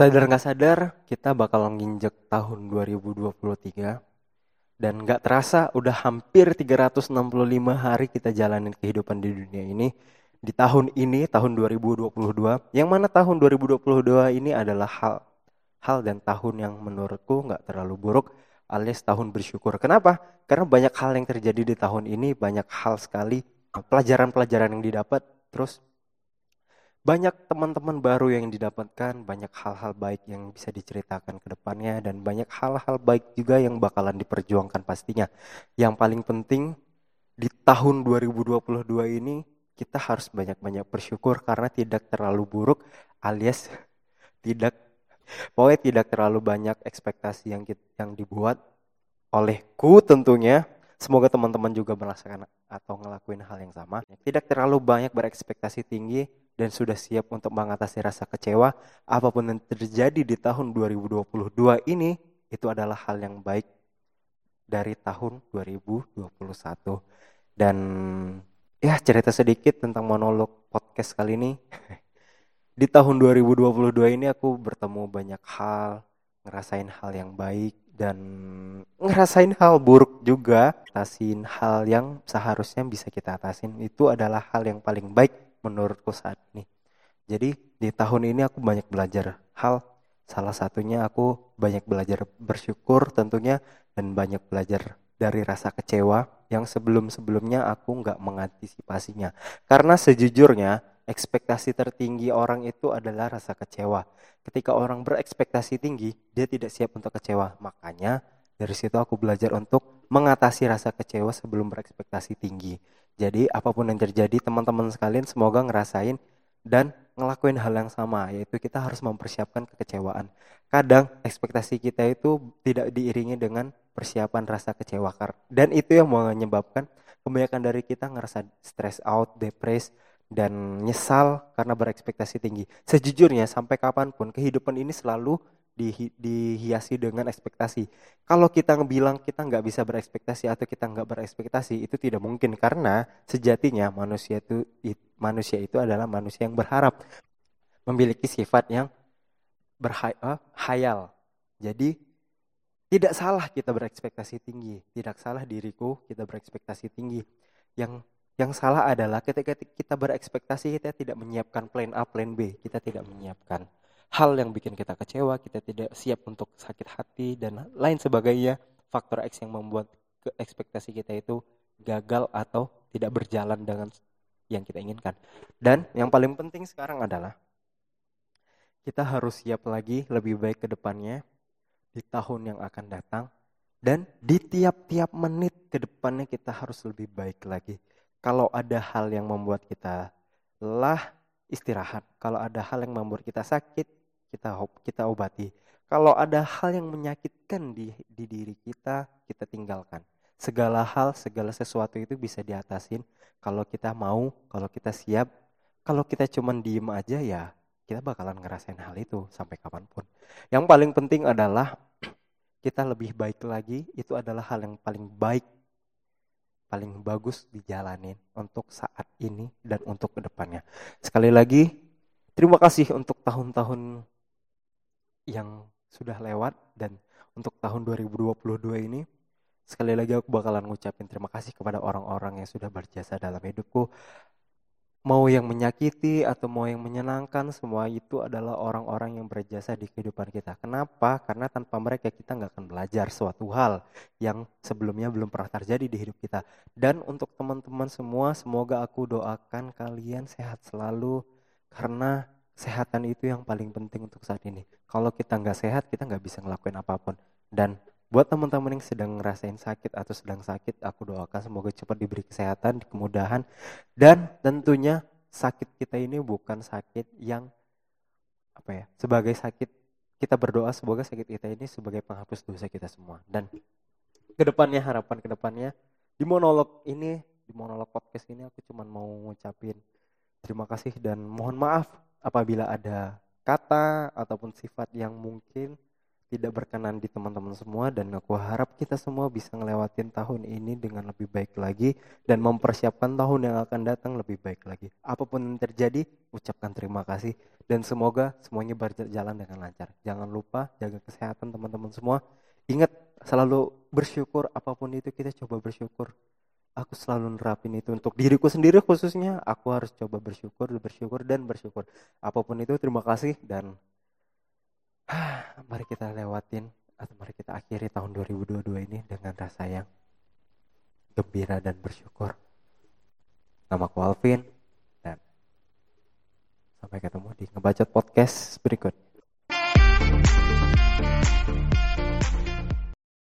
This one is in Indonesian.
Sadar nggak sadar, kita bakal nginjek tahun 2023 dan nggak terasa udah hampir 365 hari kita jalanin kehidupan di dunia ini. Di tahun ini, tahun 2022, yang mana tahun 2022 ini adalah hal dan tahun yang menurutku nggak terlalu buruk alias tahun bersyukur. Kenapa? Karena banyak hal yang terjadi di tahun ini, banyak hal sekali pelajaran-pelajaran yang didapat, terus banyak teman-teman baru yang didapatkan, banyak hal-hal baik yang bisa diceritakan ke depannya, dan banyak hal-hal baik juga yang bakalan diperjuangkan pastinya. Yang paling penting di tahun 2022 ini kita harus banyak-banyak bersyukur karena tidak terlalu buruk alias tidak pokoknya tidak terlalu banyak ekspektasi yang dibuat olehku tentunya. Semoga teman-teman juga merasakan atau ngelakuin hal yang sama. Tidak terlalu banyak berekspektasi tinggi dan sudah siap untuk mengatasi rasa kecewa. Apapun yang terjadi di tahun 2022 ini, itu adalah hal yang baik dari tahun 2021. Dan ya cerita sedikit tentang monolog podcast kali ini. Di tahun 2022 ini aku bertemu banyak hal, ngerasain hal yang baik dan ngerasain hal buruk juga. Atasin hal yang seharusnya bisa kita atasin itu adalah hal yang paling baik menurutku saat ini. Jadi di tahun ini aku banyak belajar hal, salah satunya aku banyak belajar bersyukur tentunya dan banyak belajar dari rasa kecewa yang sebelum-sebelumnya aku nggak mengantisipasinya. Karena sejujurnya ekspektasi tertinggi orang itu adalah rasa kecewa. Ketika orang berekspektasi tinggi, dia tidak siap untuk kecewa. Makanya dari situ aku belajar untuk mengatasi rasa kecewa sebelum berekspektasi tinggi. Jadi apapun yang terjadi teman-teman sekalian semoga ngerasain dan ngelakuin hal yang sama, yaitu kita harus mempersiapkan kekecewaan. Kadang ekspektasi kita itu tidak diiringi dengan persiapan rasa kecewa, dan itu yang menyebabkan kebanyakan dari kita ngerasa stress out, depres, dan nyesal karena berekspektasi tinggi. Sejujurnya sampai kapanpun kehidupan ini selalu dihiasi dengan ekspektasi. Kalau kita bilang kita nggak bisa berekspektasi atau kita nggak berekspektasi, itu tidak mungkin karena sejatinya manusia itu adalah manusia yang berharap, memiliki sifat yang berhayal. Jadi tidak salah kita berekspektasi tinggi, tidak salah diriku kita berekspektasi tinggi. Yang salah adalah ketika kita berekspektasi kita tidak menyiapkan plan A, plan B, kita tidak menyiapkan hal yang bikin kita kecewa, kita tidak siap untuk sakit hati dan lain sebagainya. Faktor X yang membuat ekspektasi kita itu gagal atau tidak berjalan dengan yang kita inginkan. Dan yang paling penting sekarang adalah kita harus siap lagi lebih baik ke depannya di tahun yang akan datang, dan di tiap-tiap menit ke depannya kita harus lebih baik lagi. Kalau ada hal yang membuat kita lelah, istirahat. Kalau ada hal yang membuat kita sakit, kita obati. Kalau ada hal yang menyakitkan di diri kita tinggalkan. Segala hal, segala sesuatu itu bisa diatasin kalau kita mau, kalau kita siap. Kalau kita cuman diem aja ya kita bakalan ngerasain hal itu sampai kapanpun. Yang paling penting adalah kita lebih baik lagi, itu adalah hal yang paling baik, paling bagus dijalanin untuk saat ini dan untuk kedepannya. Sekali lagi, terima kasih untuk tahun-tahun yang sudah lewat dan untuk tahun 2022 ini. Sekali lagi aku bakalan ngucapin terima kasih kepada orang-orang yang sudah berjasa dalam hidupku. Mau yang menyakiti atau mau yang menyenangkan, semua itu adalah orang-orang yang berjasa di kehidupan kita. Kenapa? Karena tanpa mereka kita nggak akan belajar suatu hal yang sebelumnya belum pernah terjadi di hidup kita. Dan untuk teman-teman semua, semoga aku doakan kalian sehat selalu, karena kesehatan itu yang paling penting untuk saat ini. Kalau kita nggak sehat, kita nggak bisa ngelakuin apapun. Dan buat teman-teman yang sedang ngerasain sakit atau sedang sakit, aku doakan semoga cepat diberi kesehatan, kemudahan. Dan tentunya sakit kita ini bukan sakit yang sebagai sakit, kita berdoa semoga sakit kita ini sebagai penghapus dosa kita semua. Dan kedepannya, harapan kedepannya di monolog podcast ini aku cuma mau ngucapin terima kasih dan mohon maaf apabila ada kata ataupun sifat yang mungkin tidak berkenan di teman-teman semua, dan aku harap kita semua bisa ngelewatin tahun ini dengan lebih baik lagi dan mempersiapkan tahun yang akan datang lebih baik lagi. Apapun yang terjadi, ucapkan terima kasih Dan semoga semuanya berjalan dengan lancar. Jangan lupa jaga kesehatan teman-teman semua. Ingat selalu bersyukur, apapun itu kita coba bersyukur. Aku selalu nerapin itu untuk diriku sendiri khususnya. Aku harus coba bersyukur, dan bersyukur. Apapun itu terima kasih dan mari kita lewatin atau mari kita akhiri tahun 2022 ini dengan rasa yang gembira dan bersyukur. Namaku Alvin dan sampai ketemu di Ngebacot Podcast berikut.